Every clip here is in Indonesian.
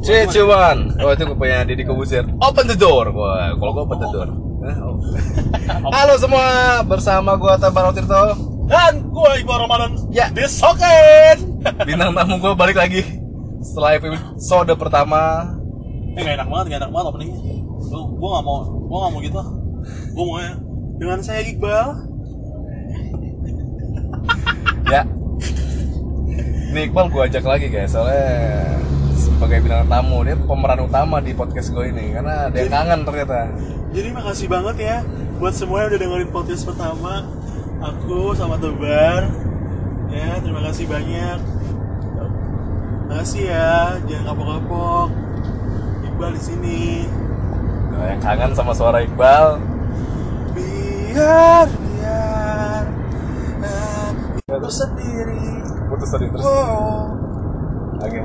Cuman, oh itu gue punya Deddy Kobuzer. Open the door, wah. Kalau gue open the door. Halo semua, bersama gue Tabar Tirto dan gue Iqbal Ramadan. Ya, Disoket. bintang tamu gue balik lagi setelah episode pertama. Gak enak banget openingnya. Gue gak mau gitu. Gue mau ya dengan saya Iqbal. Ya, ini Iqbal gue ajak lagi guys, soalnya sebagai bintang tamu, dia pemeran utama di podcast gue ini karena dia kangen ternyata. Jadi makasih banget ya buat semua yang udah dengerin podcast pertama aku sama Tebar. Ya, terima kasih banyak. Makasih ya, jangan kapok-kapok. Iqbal di sini. Nah, yang kangen sama suara Iqbal. Biar aku sendiri. Putus tadi terus. Oke.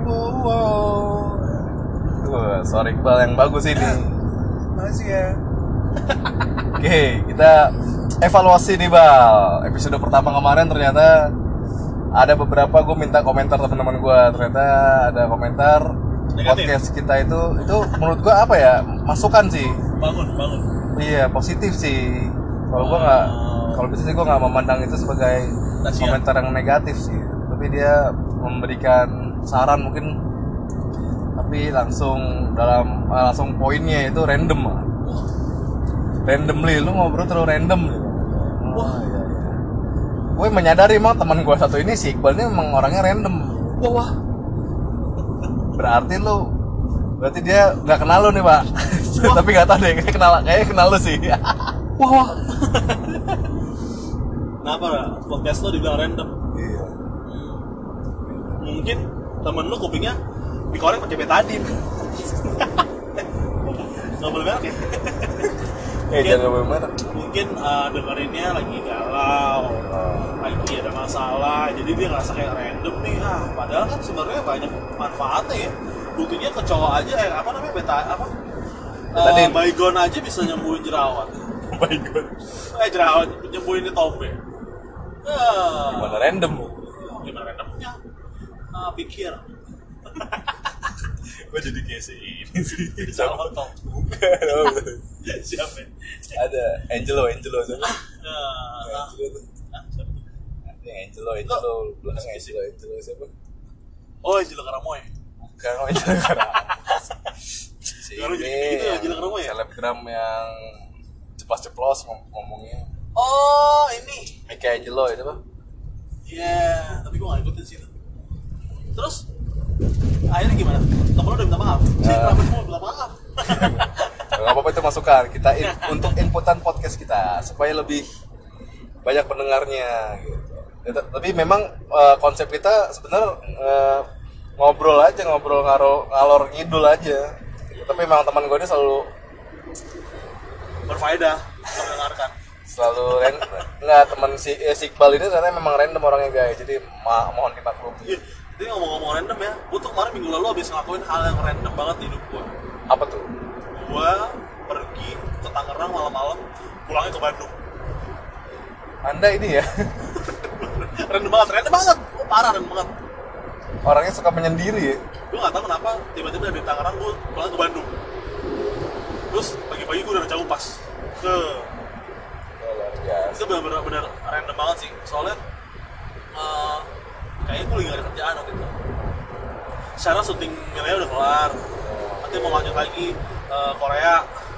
Tuh, suara Iqbal yang bagus ini. Makasih ya. Oke, kita evaluasi nih Bal. Episode pertama kemarin ternyata ada beberapa, gue minta komentar teman-teman gue. Ternyata ada komentar negatif. Podcast kita itu menurut gue apa ya, masukan sih. Bangun. Iya, positif sih. Kalau gue nggak, kalau bisa sih gue nggak memandang itu sebagai komentar yang negatif sih. Tapi dia memberikan saran mungkin, tapi langsung poinnya itu random lah. Randomly, lu ngobrol terlalu random gitu. Wah, iya. Gue menyadari emang teman gue satu ini si Iqbal ini emang orangnya random. Wah. Berarti dia nggak kenal lu nih Pak. Tapi nggak tahu deh, kayaknya kenal lu sih. Wah. Kenapa podcast lo dibilang random? Iya. Mungkin temen lu kupingnya dikorek pakai betadin. Nggak boleh merek ya? Jangan ngomong. Mungkin dengerinnya lagi galau, lagi ada masalah, jadi dia ngerasa kayak random nih. Padahal kan sebenarnya banyak manfaatnya ya. Buktinya ke cowok aja, baygon aja bisa nyembuhin jerawat. Baygon. Jerawat nyembuhin di tombe. Gimana random? Gimana randomnya? Pikir. Gue jadi kayak ini sih. Siapa tau? Bukan. Siapa? Ada Angelo siapa? Siapa tuh? Angelo belakang Angelo siapa? Oh, Angelo Karamoy. Bukan Angelo Karamoy. Si ini Angelo Karamoy ya? Selebgram yang ceplos-ceplos ngomongnya. Oh, ini Mika Angelo itu apa? Iya, tapi gue gak ikutin sih itu. Terus akhirnya gimana? Temen lo udah minta maaf? Kenapa semua minta maaf? Gak apa-apa, itu masukan kita untuk inputan podcast kita supaya lebih banyak pendengarnya gitu. Tapi memang konsep kita sebenarnya ngobrol ngalor ngidul aja. Tapi memang teman gue ini selalu berfaedah untuk mendengarkan. Selalu nggak, teman si Iqbal ini ternyata memang random orangnya guys. Jadi mohon dimaklumi. Jadi ngomong-ngomong random ya, gue tuh kemarin minggu lalu habis ngelakuin hal yang random banget di hidup gue. Apa tuh? Gue pergi ke Tangerang malam-malam, pulangnya ke Bandung. Anda ini ya Random banget. Oh, parah random banget. orangnya suka menyendiri ya. Gue gak tahu kenapa tiba-tiba dari Tangerang gue pulang ke Bandung. Terus pagi-pagi gue udah jauh pas ke Luar biasa. itu benar-benar random banget sih. Soalnya kayaknya gue lagi gak ada kerjaan waktu itu. Secara syuting Milea udah kelar. Nanti mau lanjut lagi Korea.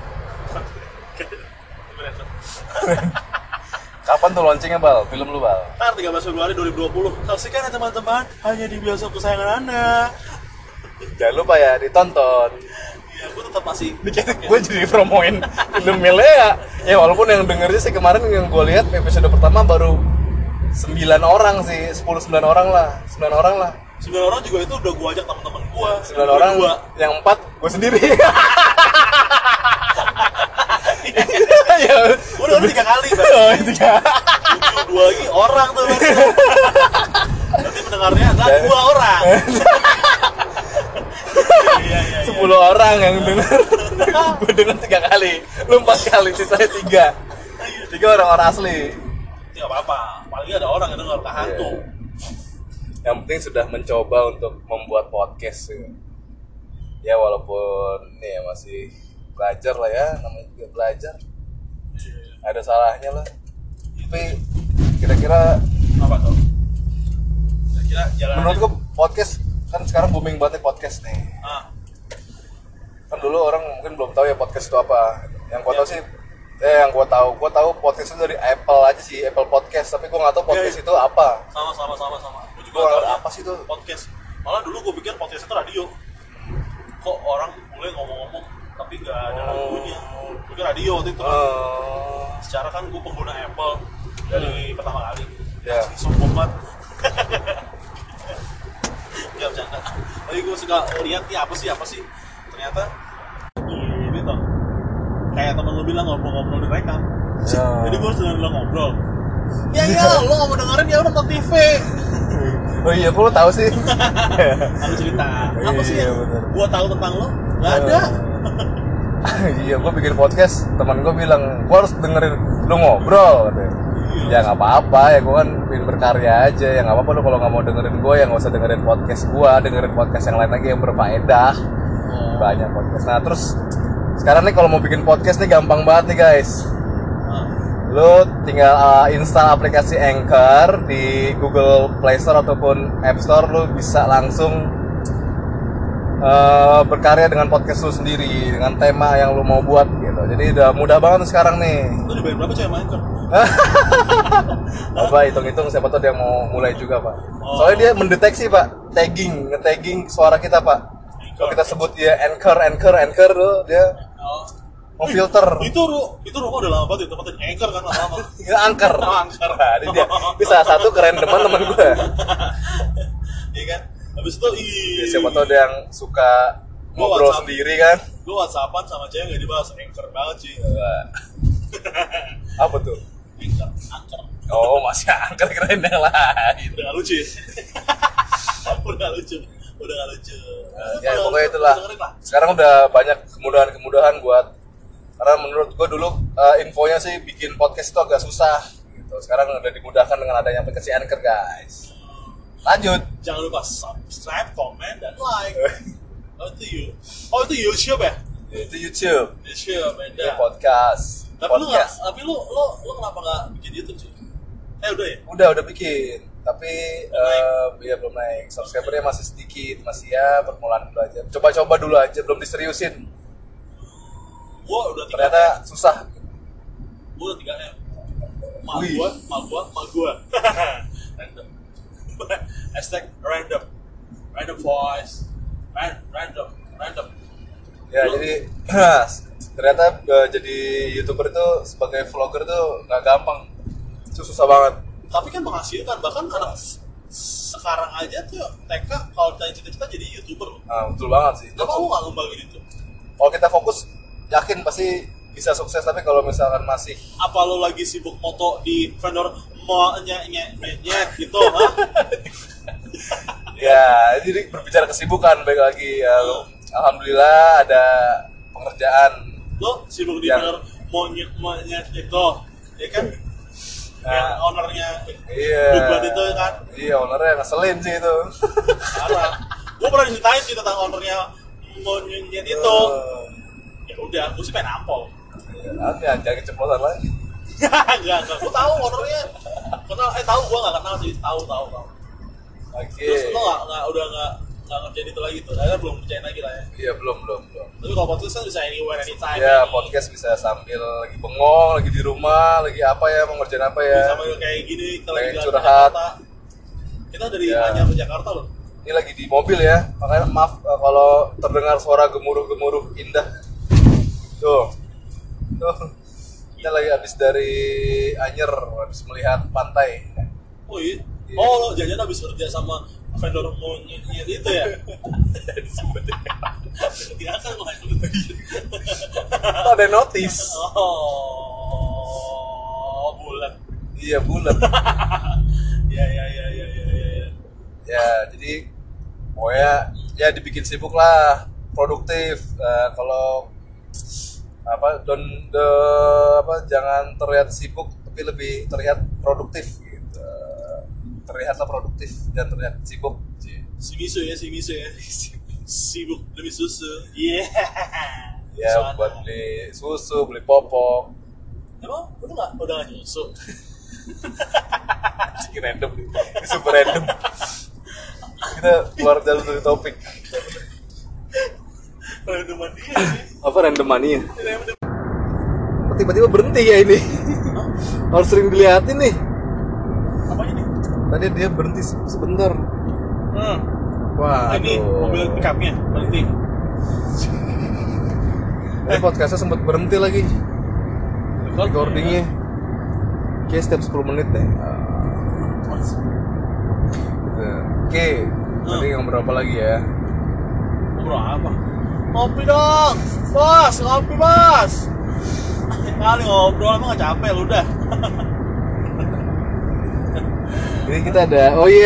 Kapan tuh launchingnya Bal? Film lu Bal? 13 Februari 2020. Saksikan ya teman-teman, hanya di bioskop kesayangan Anda. Jangan lupa ya ditonton. Iya, gue tetap masih. Gue jadi promoin film Milea. Ya walaupun yang dengernya sih kemarin yang gue lihat episode pertama baru 9 orang sih, 9 orang lah. 9 orang juga itu udah gue ajak teman-teman gue. 9 orang, yang 4 gue sendiri. Ya, udah 3 kali berarti. Oh, 3. 2 lagi orang tuh berarti. Nanti pendengarnya kan 2 orang. Iya. 10 orang yang denger. Gue denger 3 kali. Lu 4 kali, sisanya 3. 3 orang asli. Tidak apa-apa, apalagi ada orang yang denger hantu. Yang penting sudah mencoba untuk membuat podcast. Ya walaupun nih ya masih belajar lah ya, namanya juga belajar. Ada salahnya lah. Tapi kira-kira Apa tuh? Kira-kira jalan. menurut gue podcast kan sekarang booming banget nih podcast nih. Kan dulu orang mungkin belum tahu ya podcast itu apa. Yang gua tahu sih yang gua tahu podcast itu dari Apple aja sih, Apple Podcast, tapi gua nggak tahu podcast itu apa. Sama. Gue juga Gua nggak tahu tahu apa sih itu. podcast. Malah dulu gue pikir podcast itu radio. Kok orang mulai ngomong-ngomong tapi nggak ada lagunya. Gue pikir radio waktu itu. Secara kan gue pengguna Apple dari pertama kali. Ya. Sombong banget. Ya bercanda. Tapi gue suka lihat nih apa sih. Ternyata ini tuh kayak temen lu bilang ngobrol-ngobrol direkam. Ya. Jadi gue harus dengerin ngobrol. Ya lo nggak mau dengerin ya udah nonton TV. Oh iya, kok lo tahu sih? Aku cerita. Apa sih Iya, yang bener. gue tahu tentang lo? Gak ada. Iya, gua bikin podcast, teman gua bilang gua harus dengerin lu ngobrol katanya. Ya nggak apa-apa ya, gua kan pengen berkarya aja. Ya nggak apa-apa lu kalau nggak mau dengerin gua ya nggak usah dengerin podcast gua, dengerin podcast yang lain lagi yang berfaedah. Banyak podcast. Nah terus sekarang nih kalau mau bikin podcast nih gampang banget nih guys. Lu tinggal install aplikasi Anchor di Google Play Store ataupun App Store, lu bisa langsung berkarya dengan podcast lu sendiri dengan tema yang lu mau buat gitu. Jadi udah mudah banget sekarang nih. Lo dibayar berapa cewek main kan? Apa hitung-hitung siapa tahu dia mau mulai juga pak. Soalnya dia mendeteksi pak, nge-tagging suara kita pak. Kalau kita sebut dia Anchor tuh dia mau filter. Itu rumah udah lama banget ya, tempatin Anchor kan lama-lama. Nggak Anchor. Anchor. Nah, ini dia salah satu keren teman gue. Iya kan? Habis itu Ya, siapa tahu dia yang suka ngobrol WhatsApp sendiri kan. Gue WhatsAppan sama cewek gak dibahas. Anchor banget sih. Apa tuh? Anchor. Oh masih Anchor, keren yang lain. Udah gak lucu ya? Udah gak lucu. Ya pokoknya itulah. Sekarang udah banyak kemudahan buat, karena menurut gue dulu infonya sih bikin podcast itu agak susah gitu. Sekarang udah dimudahkan dengan adanya aplikasi Anchor guys. Lanjut. Jangan lupa subscribe, comment, dan like. Itu YouTube ya? Itu YouTube. YouTube beda. Itu podcast. Tapi Podcast. lu kenapa nggak bikin YouTube sih? Udah ya? Udah bikin. Tapi ya belum naik. Subscribernya masih sedikit, masih ya permulaan belajar. Coba-coba dulu aja, belum diseriusin. Gua udah 3M. Ternyata susah. Gua udah 3M. Wih. Mal gua. Random. Hashtag random voice. Random. Ya jadi ternyata jadi YouTuber itu sebagai vlogger tuh nggak gampang. Itu susah banget. Tapi kan menghasilkan, bahkan anak sekarang aja tuh TK kalau ditanya cita-cita jadi YouTuber. Nah, betul banget sih. Kenapa lu nggak ngembangin itu? Kalau kita fokus, yakin pasti bisa sukses. Tapi kalau misalkan masih Apa lu lagi sibuk moto di vendor nyet gitu, ha? ya, jadi berbicara kesibukan baik lagi ya. Alhamdulillah ada pekerjaan. Lo sibuk di Yang- vendor monyet itu, ya kan? Yang ownernya Iya. Dublan itu kan? Iya, ownernya ngeselin sih itu. Parah. Gue pernah diceritain sih tentang ownernya monyet itu. Ya udah, gue sih pengen nampol. Ya, jangan keceplosan lagi. Enggak. Gue tahu ownernya. Tahu gue nggak kenal sih. Tahu. Oke. Terus lo udah nggak ngerjain itu lagi tuh. Akhirnya belum ngerjain lagi lah ya. Iya, belum. Tapi kalau podcast kan bisa anywhere, anytime. Ya, podcast bisa sambil lagi bengong, lagi di rumah, lagi apa ya, mau ngerjain apa ya. Sama kayak gini, kita lagi Pengen jalan ke curhat. Jakarta. Kita dari Ya. Anyar ke Jakarta loh. Ini lagi di mobil ya, makanya maaf kalau terdengar suara gemuruh-gemuruh indah. Tuh. Kita lagi habis dari Anyer, habis melihat pantai. Oh iya? Oh lo jajan habis kerja sama vendor monyet itu ya? Diangkat lo Itu ada notis. Oh, bulan. Iya, bulat. Ya. Ya, jadi pokoknya ya dibikin sibuk lah, produktif. Kalau jangan terlihat sibuk tapi lebih terlihat produktif gitu. Terlihatlah produktif dan terlihat sibuk. Si miso ya. sibuk demi susu. Iya. Ya buat beli susu, beli popok. Emang lu udah nggak nyusu? Cik random nih. Ini super random. Kita keluar jalur dari topik. Random mania sih. Apa random mania? Tiba-tiba berhenti ya ini. Harus sering dilihatin nih. Apanya nih? Tadi dia berhenti sebentar. Wah, ini mobil pickupnya berhenti. Ini podcastnya sempat berhenti lagi. Recordingnya kayak setiap 10 menit deh. Oke, tadi ngobrol apa lagi ya? Ngobrol apa? Ngopi dong, bos, ngopi bos. Kali ngobrol emang gak capek lu dah. Ini kita ada,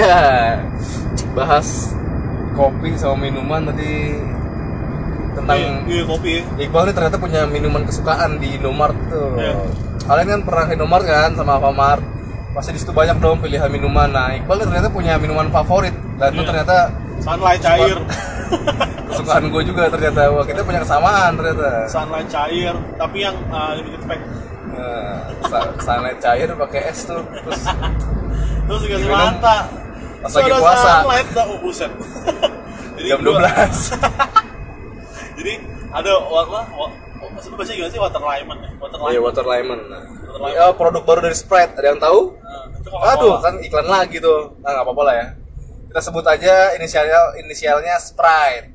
bahas kopi sama minuman tadi tentang kopi. Iqbal ini ternyata punya minuman kesukaan di Indomart tuh. Kalian kan pernah ke Indomart kan sama Alfamart, pasti di situ banyak dong pilihan minuman. Nah, Iqbal ini ternyata punya minuman favorit dan itu ternyata Sunlight cair. Kesukaan gue juga ternyata. Wah, kita punya kesamaan ternyata. Sunlight cair, tapi yang limited pack. Sunlight cair pakai es tuh, terus dikasih mata. Pas lagi puasa. Sunlight dah, buset. Jadi jam 12. Jadi ada maksudnya baca gimana sih? Water lemon ya? Iya, water lemon. Ya, produk baru dari Sprite. Ada yang tahu? Aduh, kan iklan lagi tuh. Nah, nggak apa-apa lah ya. Kita sebut aja inisialnya Sprite.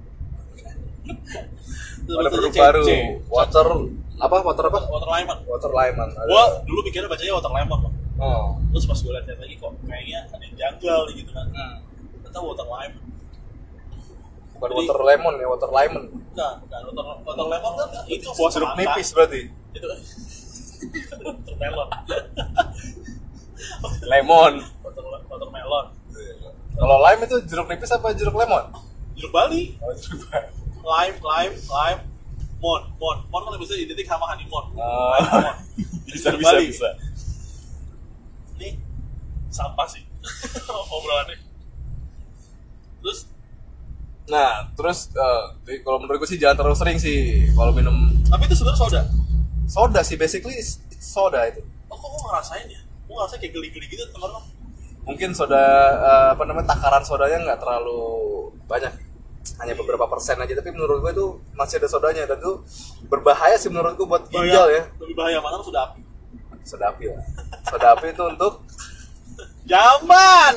Ada produk baru. Water apa? Water lemon. Gua dulu pikirnya bacanya water lemon. Oh. Terus pas gue lihat lagi kok kayaknya ada yang janggal gitu kan. Ternyata water lemon. Bukan water lemon ya, water lemon. Bukan water lemon kan itu buah sirup nipis berarti. Itu water melon. Lemon. Water melon. Kalau lime itu jeruk nipis apa jeruk lemon? Jeruk Bali. Oh, jeruk Bali. Lime. Mon kan bisa identik sama honeymoon. Bisa. Ini sampah sih obrolannya. Terus kalau menurut gue sih jangan terlalu sering sih kalau minum. Tapi itu sebenarnya soda sih, basically it's soda itu. Kok ngerasain ya? Gue ngerasain kayak geli-geli gitu teman-teman. Mungkin soda takaran sodanya nggak terlalu banyak, hanya beberapa persen aja, tapi menurut gue itu masih ada sodanya dan itu berbahaya sih menurut gue buat ginjal ya. Lebih bahaya mana soda api? Soda api lah. Soda api itu untuk jamban.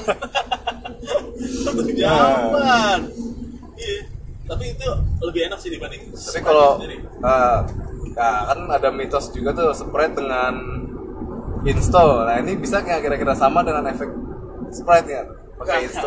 Iya. Tapi itu lebih enak sih dibanding. Tapi kalau kan ada mitos juga tuh Sprite dengan Insto. Nah, ini bisa nggak kira-kira sama dengan efek Sprite nya pakai Insto?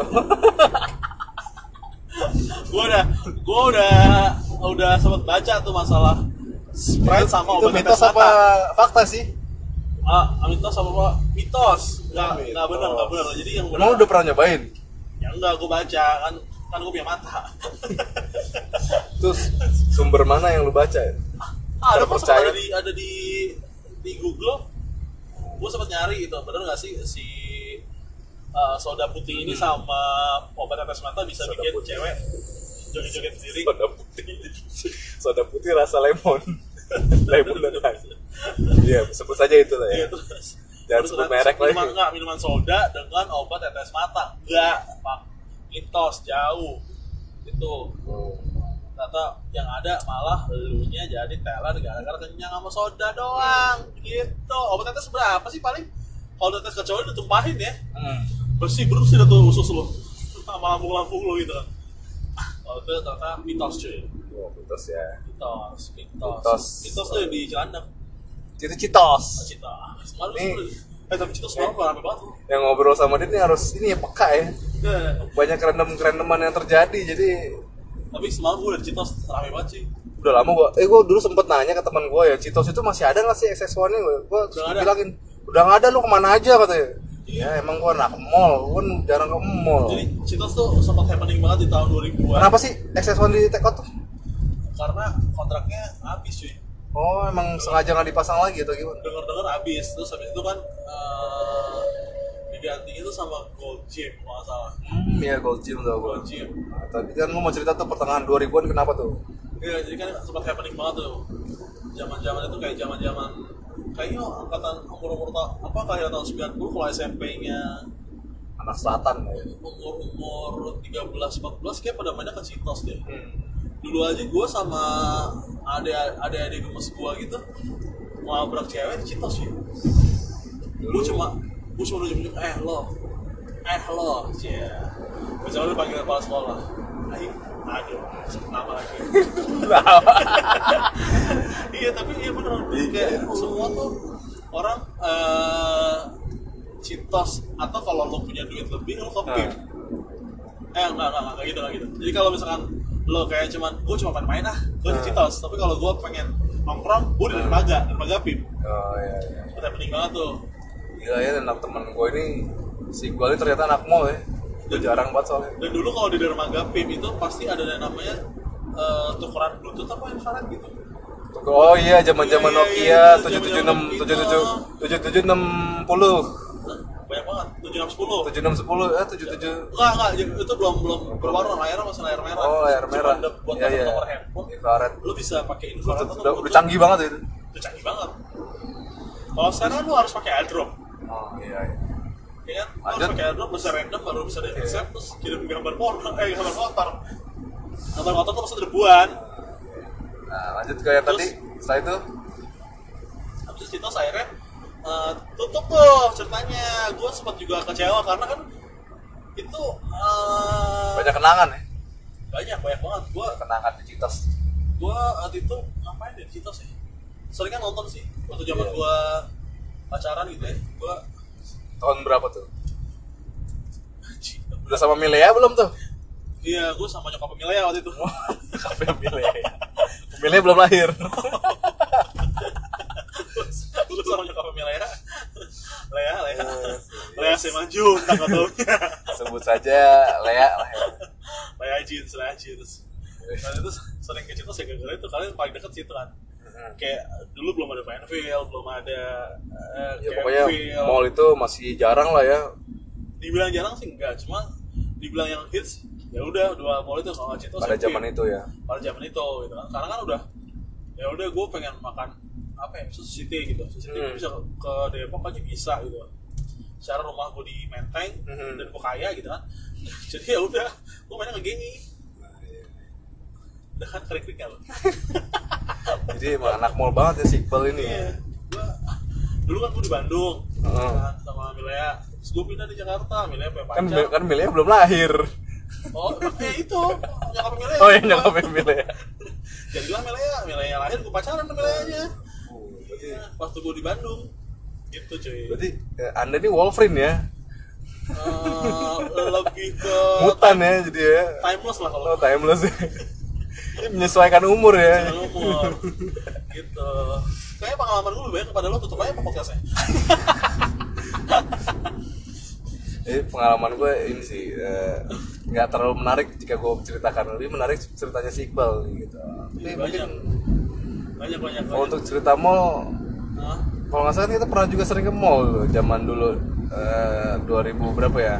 Gue udah sempat baca tuh masalah Sprite sama obat mitos apa fakta sih? Mitos apa mitos? Nggak benar. Jadi yang benar. Emang udah pernah nyobain? Ya enggak, gue baca kan gue punya mata. Terus sumber mana yang lu baca? Ada percaya ada di Google. Gue sempat nyari gitu, bener nggak sih si soda putih ini sama obat tetes mata bisa bikin cewek joget-joget sendiri. Soda putih rasa lemon. Lemon dan lime. Iya, sebut saja itu lah ya. Jangan sebut merek lagi. Minuman soda dengan obat tetes mata. Enggak, Pak. Mitos jauh. Itu. Ternyata yang ada malah elunya jadi teler gara-gara kenyang sama soda doang. Gitu. Obat tetes berapa sih paling? Kalau tetes kecoa udah tumpahin ya. Bersih dah tuh usus lo. Sama lambung-lambung lo gitu kan. Kalau itu ternyata mitos cuy. Oh, mitos ya. Mitos tuh di Cilandak. Itu Citos. Tapi Citos sekarang rame banget. Yang ngobrol sama dia nih harus ini ya peka ya. Banyak kerendeman yang terjadi jadi. Tapi semalam gue udah Citos rame banget sih. Udah lama gue dulu sempet nanya ke teman gue ya, Citos itu masih ada nggak sih XS1-nya? Gue bilangin udah nggak ada, lu kemana aja katanya. Ya emang gue anak mall, gue jarang ke mall. Jadi Citos tuh sempat happening banget di tahun 2000-an. Kenapa sih XS1 di take out tuh? Karena kontraknya habis cuy. Oh, emang sengaja nggak dipasang lagi atau gimana? Dengar habis, terus habis itu kan diganti itu sama Gold Gym kalau nggak salah. Iya Gold Gym tau gue. Gold Gym. Nah, tapi kan lu mau cerita tuh pertengahan 2000-an kenapa tuh? Iya, jadi kan sempat happening banget tuh. Zaman-zaman itu kayak zaman-zaman kayaknya angkatan umur apa kayak tahun 90 kalau SMP-nya Anak selatan ya. umur 13-14 kayak pada mainnya ke Citos deh. Dulu aja gue sama adik gemes gue gitu ngelabrak cewek di Citos ya. Gue cuma nunjuk lo cie. Misalnya lu panggil kepala sekolah, aduh, sebut nama lagi. Iya tapi iya beneran kayak semua tuh orang Citos atau kalau lo punya duit lebih lo ke PIM. Enggak gitu. Jadi kalau misalkan lo kayak gue cuma pengen main gue di Citos. Tapi kalau gue pengen nongkrong, gue di dermaga PIM. Oh iya. Itu penting banget tuh. Gila ya, dan temen gue ini si gue ini ternyata anak mall ya. Udah jarang banget soalnya. Dan dulu kalau di dermaga PIM itu pasti ada yang namanya tukeran Bluetooth apa infrared gitu. Oh iya, zaman-zaman Nokia 7760. Banyak banget, 7610. 7610 77. Enggak, itu belum berwarna, layarnya masih layar merah. Oh, layar merah. Cuma buat Iya. nomor handphone. Infrared. Lu bisa pakai infrared atau Udah canggih banget itu. Itu canggih banget. Kalau sekarang lu harus pakai AirDrop. Oh iya. Ya kan? Lu harus pakai AirDrop, bisa random baru bisa di accept terus kirim gambar motor. Gambar motor tuh pasti debuan. Nah, lanjut ke yang tadi. Setelah itu habis itu akhirnya tutup tuh ceritanya. Gue sempat juga kecewa karena kan itu banyak kenangan ya. Banyak banget. Gue kenangan di Citos. Gue waktu itu ngapain di Citos ya? Sering kan nonton sih waktu zaman gue pacaran gitu ya. Gue tahun berapa tuh? Udah sama Milea belum tuh? Iya, gue sama nyokap Milea waktu itu. Nyokap Milea. Milea belum lahir. Gue sama nyokap Milea. Lea Semajun, tak tahu. Sebut saja Lea Jeans. Nah itu sering ke Citos ya gara-gara itu, kalian paling deket situ kan. Kayak dulu belum ada Fanville, belum ada ya pokoknya mall itu masih jarang lah ya. Dibilang jarang sih enggak, cuma dibilang yang hits ya udah dua mall itu sama Citos pada zaman itu ya. Pada zaman itu gitu kan. Karena kan udah ya udah gue pengen makan apa ya, Sushi gitu. Sushi bisa ke Depok aja bisa gitu. Secara rumah gue di Menteng dan gue kaya gitu kan. Jadi ya udah gue mainnya ke Gengi. Udah kan kering-kering loh. Jadi emang anak mall banget ya si Iqbal ini. Iya. Dulu kan gue di Bandung kan, sama Milea. Terus gue pindah di Jakarta, Milea punya pacar. Kan Milea belum lahir. Oh, itu nyokap Milea. Oh iya, nyokap Milea. Jadilah Milea lahir gue pacaran sama Mileanya. Waktu gue di Bandung. Gitu cuy. Berarti Anda ini Wolverine ya? Lebih ke mutan ya jadi ya. Timeless lah kalau. Oh, timeless ya. Ini menyesuaikan umur ya. Gitu. Kayaknya pengalaman gue lebih banyak kepada lo, tutup aja podcastnya. Pengalaman gue ini sih nggak terlalu menarik jika gue ceritakan, lebih menarik ceritanya si Iqbal gitu. Tapi mungkin banyak. Kalau untuk cerita mall, kalau nggak salah kita pernah juga sering ke mall loh, zaman dulu 2000 berapa ya?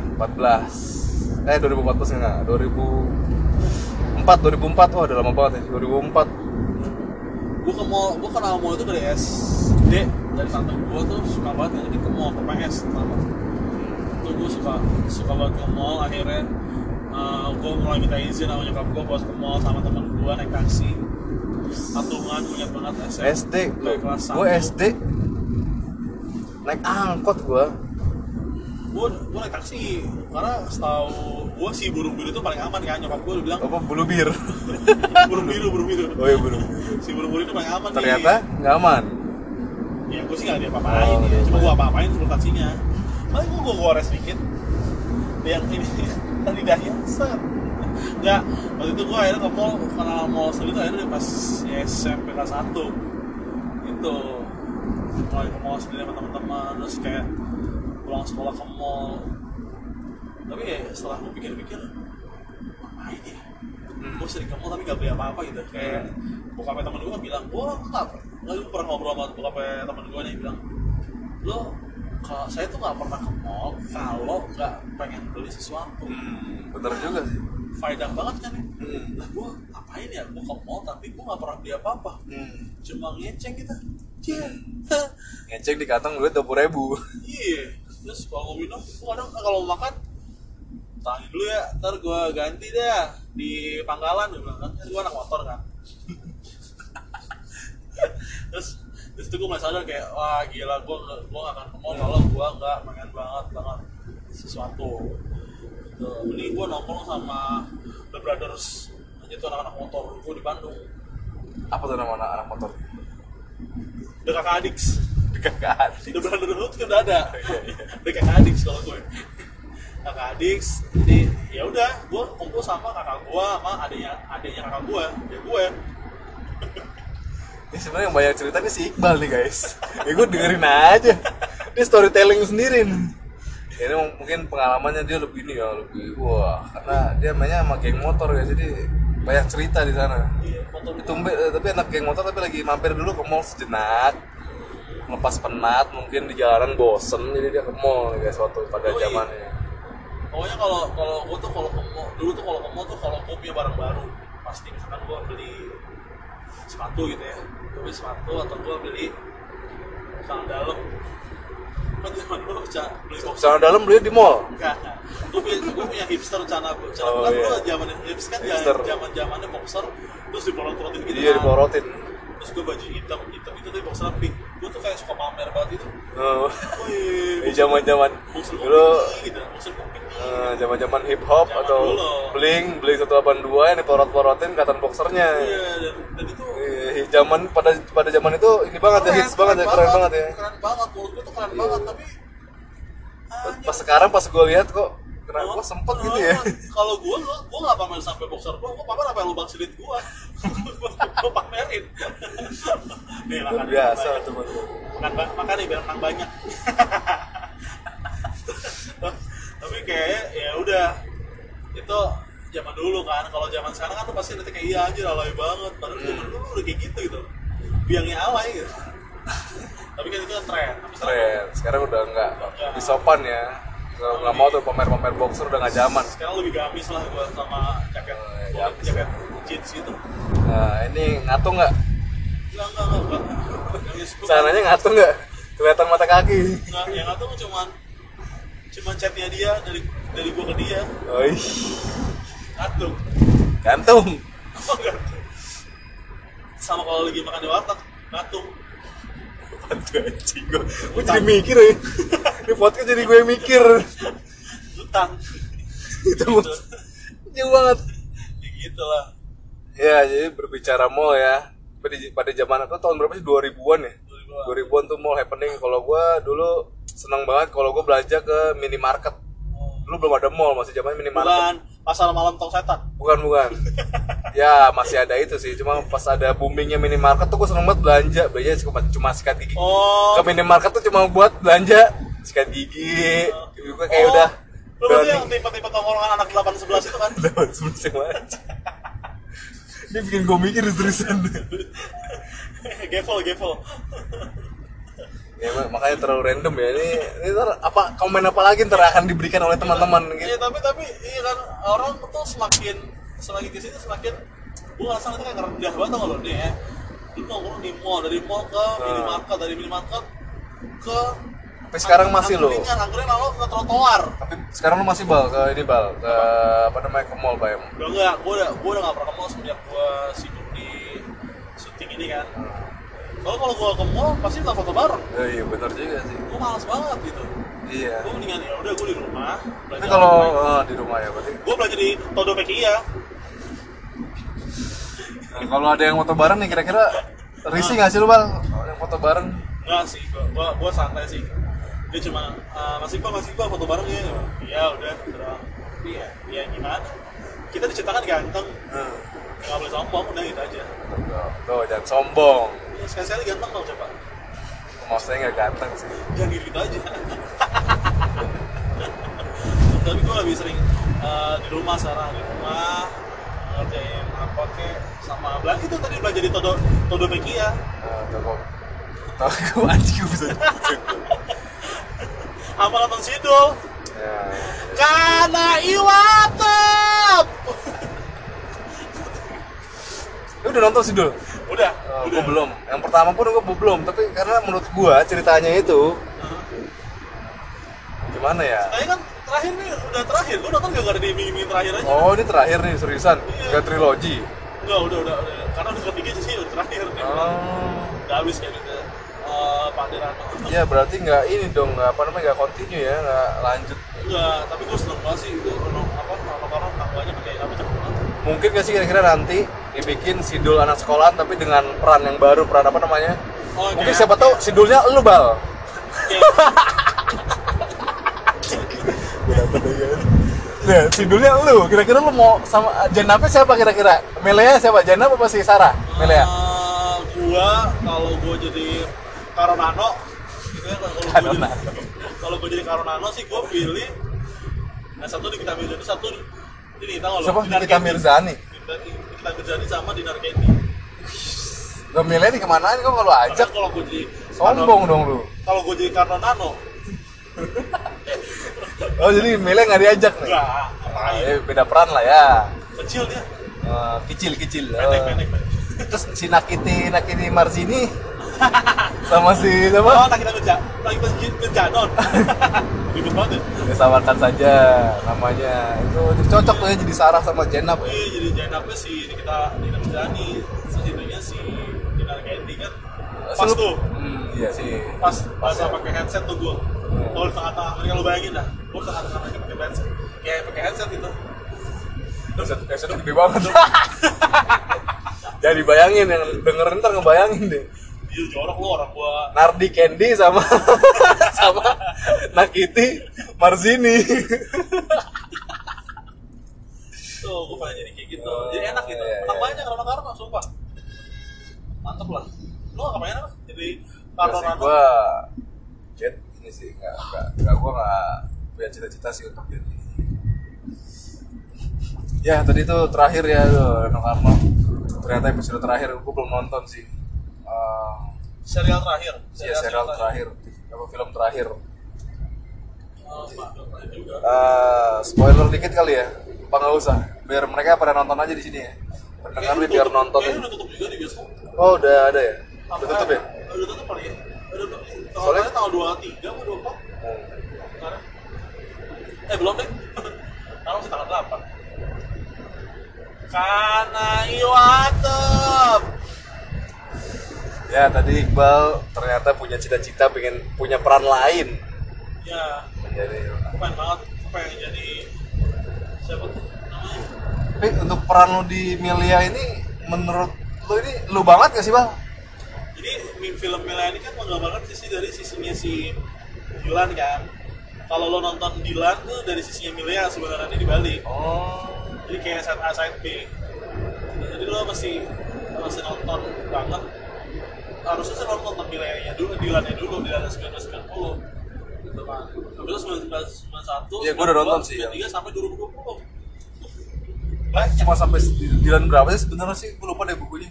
2014 enggak? 2004, wah udah lama banget ya, 2004. Gue kenal mall itu dari SD, dari tante gue tuh suka banget ngajakin ke mall, ke PS pertama. Itu gue suka banget ke mall, akhirnya gue mulai minta izin sama nyokap gue buat ke mall sama temen gue naik taksi. Patungan punya banget SD, gue SD naik angkot gue naik taksi karena setahu gue si burung biru itu paling aman kan, nyokap gue udah bilang apa bulu bir burung biru oh iya burung si burung biru itu paling aman ternyata nggak aman ya. Gue sih nggak ada apa-apain ya, cuma gue apa-apain sebelum taksinya, paling gue gores dikit yang ini tadi dahnya set nggak. Waktu itu gue akhirnya ke mall, kenal mall sendiri tuh akhirnya pas SMP kelas 1 itu mulai ke mall sendiri sama teman-teman, terus kayak pulang sekolah ke mall. Tapi ya setelah gue pikir-pikir ngapain ya, gue sering ke mall tapi gak beli apa-apa gitu. Kayak bokapnya temen gue kan bilang, gue pernah ngobrol sama bokapnya temen gue nih, bilang lo kalau saya tuh nggak pernah ke mall kalau nggak pengen beli sesuatu. Bener juga sih. Faedah banget kan ya. Lah gue ngapain ya, gue ke mall tapi gue nggak pernah beli apa-apa. Cuma ngeceng kita. Ngeceng di kantong duit 20.000. Iya. Terus kalau mau minum, gue kadang kalau mau makan, tahan dulu ya, ntar gue ganti deh di Pangkalan. Gue bilang kan, gue anak motor kan. Terus itu gue mulai sadar kayak, wah gila, gue gak akan ke mall kalau gue gak pengen banget sesuatu gitu. Mending gue nongkrong sama The Brothers aja tuh, anak-anak motor gue di Bandung. Apa tuh nama anak motor? The Kakak Adiks. Dekat. The Brothers kan udah ada. The Kakak Adiks kalau gue. Kakak Adiks, jadi ya udah, gue kumpul sama kakak gue, sama adiknya kakak gue, ya gue. Ini sebenarnya yang banyak cerita nih si Iqbal nih guys. Ya gue dengerin aja. Dia storytelling sendiri nih. Ini mungkin pengalamannya dia lebih nih ya, lebih wah, karena dia mainnya sama geng motor ya, jadi banyak cerita di sana. Iya, motor Tapi anak geng motor tapi lagi mampir dulu ke mall sejenak. Lepas penat, mungkin di jalanan bosen, jadi dia ke mall nih guys waktu pada zamannya. Pokoknya kalau gue tuh kalau ke mall, dulu tuh kalau ke mall tuh kalau gue punya barang baru, pasti misalkan gue beli sepatu gitu ya, gue beli sepatu atau gue beli celana dalam. Kan zaman dulu beli boxer. Celana dalam beli di mall. Enggak. Gue punya hipster celana kan iya. dulu zaman hipster kan zamannya boxer terus diporot-porotin gitu. Iya, diporotin. Terus gue baju hitam itu tuh boxer pink. Gue tuh kayak suka pamer banget itu. Oh. Wih, Zaman-zaman boxer dulu gitu, boxer pink. zaman-zaman hip hop atau bling 182 yang diporot-porotin katan boxernya. Iya, dan itu zaman pada zaman itu ini banget ya, hits banget ya, keren banget ya. Keren banget, menurut gue tuh keren banget, tapi pas sekarang pas gue lihat kok keren, gue sempet gitu ya. Kalau gue nggak pamer sampai boxer gue pamer apa yang lubang silit gue. Gue pamerin. Nih, makan biasa tuh. Makan nih biar menang banyak. Tapi kayaknya ya udah, itu zaman dulu kan. Kalau zaman sekarang kan tuh pasti nanti kayak iya anjir alay banget, padahal zaman dulu udah kayak gitu biangnya alay gitu. Tapi kan itu kan tren. Sekarang udah enggak lebih sopan ya. Nggak mau tuh pamer boxer, udah nggak zaman. Sekarang lebih gamis lah gua sama jaket jeans gitu. Nah ini ngatung nggak? Enggak. Sananya ngatung nggak? Kelihatan mata kaki. Enggak, yang ngatung cuman chatnya dia dari gua ke dia. Oih. Gantung. Oh, gantung. Sama kalau lagi makan di warteg, gantung. Aduh anjing, gue jadi mikir ya. Ini podcast jadi gue mikir. Utang. Itu jauh banget. Ya gitu lah. Ya, jadi berbicara mall ya. Pada zaman itu tahun berapa sih? 2000-an ya? 2000-an tuh mall happening. Kalau gue dulu seneng banget kalau gue belanja ke minimarket. Dulu belum ada mall, masih zaman minimarket. Bukan pasar malam tong setan. Bukan. Ya masih ada itu sih, cuma pas ada boomingnya minimarket tuh gue seneng banget belanja cuma sikat gigi. Ke minimarket tuh cuma buat belanja sikat gigi. Gue kayak udah. Lu berarti yang tipe-tipe tongkrongan anak 811 itu kan? 811 yang mana? Ini bikin gue mikir terusan. Gevel. Ya makanya terlalu random ya. Ini ntar komen apa lagi ntar akan diberikan oleh teman-teman gitu. Iya tapi iya kan orang tuh semakin kesini semakin gue ngerasa itu kayak ngerendah banget tau lo nih ya. Lu nongkrong di mall, dari mall ke minimarket, dari minimarket ke tapi sekarang masih lo. Angkringan lalu ke trotoar. Tapi sekarang lo masih ke apa namanya, ke mall Bayam? Enggak, gue udah nggak pernah ke mall semenjak gue sibuk di syuting ini kan. Kalau gue ke mall pasti kita foto bareng. Iya benar juga sih. Gue malas banget gitu. Iya. Gue mendingan ya udah gue di rumah. Tapi kalau di rumah ya berarti. Gue belanja di Todopedia. Nah, kalau ada yang foto bareng nih kira-kira risih nggak sih lu Bang? Yang foto bareng? Nggak sih, gue santai sih. Dia cuma masih pak foto bareng ya. Iya udah terang. Iya gimana? Kita diciptakan ganteng. Nggak boleh sombong, udah gitu aja. Tuh jangan sombong. Sekali-sekali ganteng dong coba. Maksudnya nggak ganteng sih. Jangan gitu aja. Tapi gue lebih sering di rumah sekarang, di rumah ngerjain apa kek sama belanja itu tadi belanja di Todopedia. Tahu gue anjing bisa. Apa nonton Sidul? Ya. Kana Iwatep. Lu udah nonton Sidul? Udah. Gue belum. Yang pertama pun gue belum, tapi karena menurut gua ceritanya itu gimana ya? Saya kan terakhir nih, udah terakhir. Gue nonton gak di minggu terakhir aja. Oh, ini terakhir nih, seriusan. Iya. Gak trilogi. Enggak, udah. Karena udah ketiga sih udah terakhir nih. Udah habis kayak gitu. Pak Derano. Ya berarti nggak ini dong, nggak apa namanya, nggak continue ya, nggak lanjut. Enggak, tapi gue seneng banget sih itu orang tangganya pakai apa cepet banget. Mungkin nggak sih kira-kira nanti dibikin Sidul anak sekolahan tapi dengan peran yang baru, peran apa namanya? Oh, mungkin kayak- siapa tahu Sidulnya lu Bal. Nah, Sidulnya lu, kira-kira lu mau sama Janapnya siapa kira-kira? Melea siapa? Janap apa si Sarah? Melea. Gua kalau gua jadi Karonano gitu ya, kalau gua jadi Karonano sih gua pilih satu di Nikita Mirzani, satu ini tahu lo. Siapa? Nikita Mirzani. Nikita Mirzani sama Dinar Candy. Gak Melea nih kemana nih kok kalau ajak? Kalau gua jadi Sombong dong lu. Kalau gua jadi Karonano Oh jadi Melea nggak diajak nih? enggak, ngapain? Beda peran lah ya. Kecil dia. Kecil. Pendek. Terus si Nakiti Marzini sama si siapa? Oh, Nakita Mirzani. Ribet banget ya. Ya samakan saja namanya. Itu cocok tuh ya jadi Sarah sama Jenab. Iya, jadi Jenapnya si Nikita Mirzani, sesitunya si Dinar Candy kan. Pas tuh. Iya sih. Pas pakai headset tuh gua. Kalau tengah-tengah, kalau bayangin dah, gua tengah-tengah lagi pakai headset. Kayak pakai headset itu. Headset gede banget. Jadi bayangin yang dengerin ntar ngebayangin deh. Iya, jorok lu orang gua. Nardi Candy sama sama Nakiti Marzini. Tuh, gua pengen jadi kayak gitu. Oh, Jadi enak gitu. iya, Enak iya. banyak karena sumpah. Mantep lah. Lu gak kepengen apa? Jadi Terus Karonano. gua Jet ini sih nggak gua nggak punya cita-cita sih untuk jadi. Ya tadi itu terakhir ya tuh Reno Karno. Ternyata episode terakhir gua belum nonton sih. Serial terakhir. Iya serial terakhir, apa film terakhir. Juga. Spoiler dikit kali ya, apa nggak usah? Biar mereka pada nonton aja di sini ya. Pendengar nih biar nonton. Kayaknya udah tutup juga di bioskop. Oh udah ada ya? Udah tutup ya? Udah tutup kali ya? Udah tutup. Soalnya- Soalnya tanggal 23 atau 24 kemarin. Belum deh. Sekarang masih tanggal 8. Kana Iwatep. Ya tadi Iqbal ternyata punya cita-cita pengen punya peran lain. Ya, Jadi, aku pengen banget. Aku pengen jadi siapa tuh namanya? tapi untuk peran lu di Milia ini menurut lu ini lu banget gak sih Bang? Jadi film Mila ini kan menggambarkan sisi dari sisinya si Dilan kan. Kalau lo nonton Dilan tuh dari sisinya Milia sebenarnya di balik. Oh. Jadi kayak side A side B. Jadi lo masih nonton banget. Harusnya sih lo nonton Milenya dulu, Dilannya dulu, Dilannya 1990 gitu kan. Habis itu 1991, Iya, gua udah nonton sih, 93 sampai 2020. Cuma sampai Dilan berapa sih sebenarnya sih? Gue lupa deh bukunya.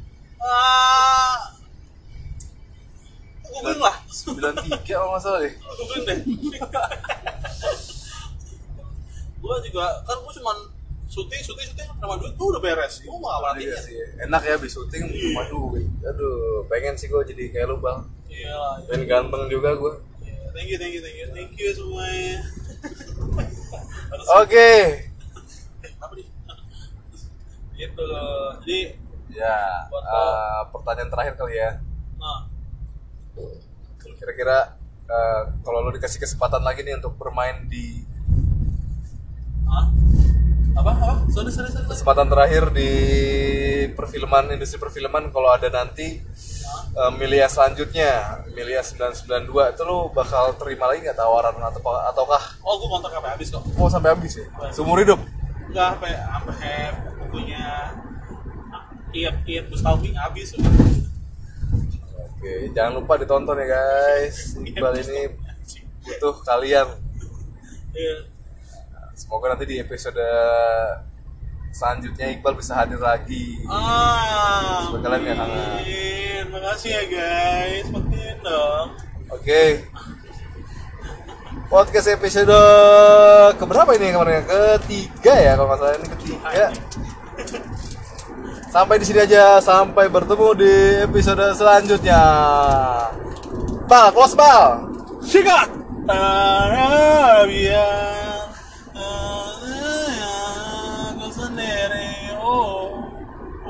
Googling lah. 93 kalau nggak salah deh. Googling deh. Gue juga, kan gue cuman syuting sama duit tuh udah beres. Gue mau apa Iya nantinya? sih. Enak ya habis syuting cuma duit. Aduh, pengen sih gue jadi kayak lu Bang. Iya. Pengen ganteng juga gue. Thank you semuanya. Oke. Kenapa nih? Gitu loh. Jadi, Ya, pertanyaan terakhir kali ya. nah, Kira-kira kalau lu dikasih kesempatan lagi nih untuk bermain di apa? Sorry. kesempatan terakhir di industri perfilman, kalau ada nanti Milia selanjutnya, Milia 992 itu lu bakal terima lagi nggak tawaran ataukah Oh, gue kontrak sampai habis kok. mau sampai habis ya? Seumur hidup? Enggak sampai bukunya Iep Bustalmi habis. Oke, jangan lupa ditonton ya guys. Iqbal ini butuh kalian. Iya. Semoga nanti di episode selanjutnya Iqbal bisa hadir lagi. Semoga kalian nggak kangen. Makasih ya guys, penting dong. Oke. podcast episode keberapa ini kemarin? Ketiga ya kalau nggak salah, ini ketiga. Sampai di sini aja, sampai bertemu di episode selanjutnya. Bal, close bal. Sikat. Biar aku sendiri. Oh.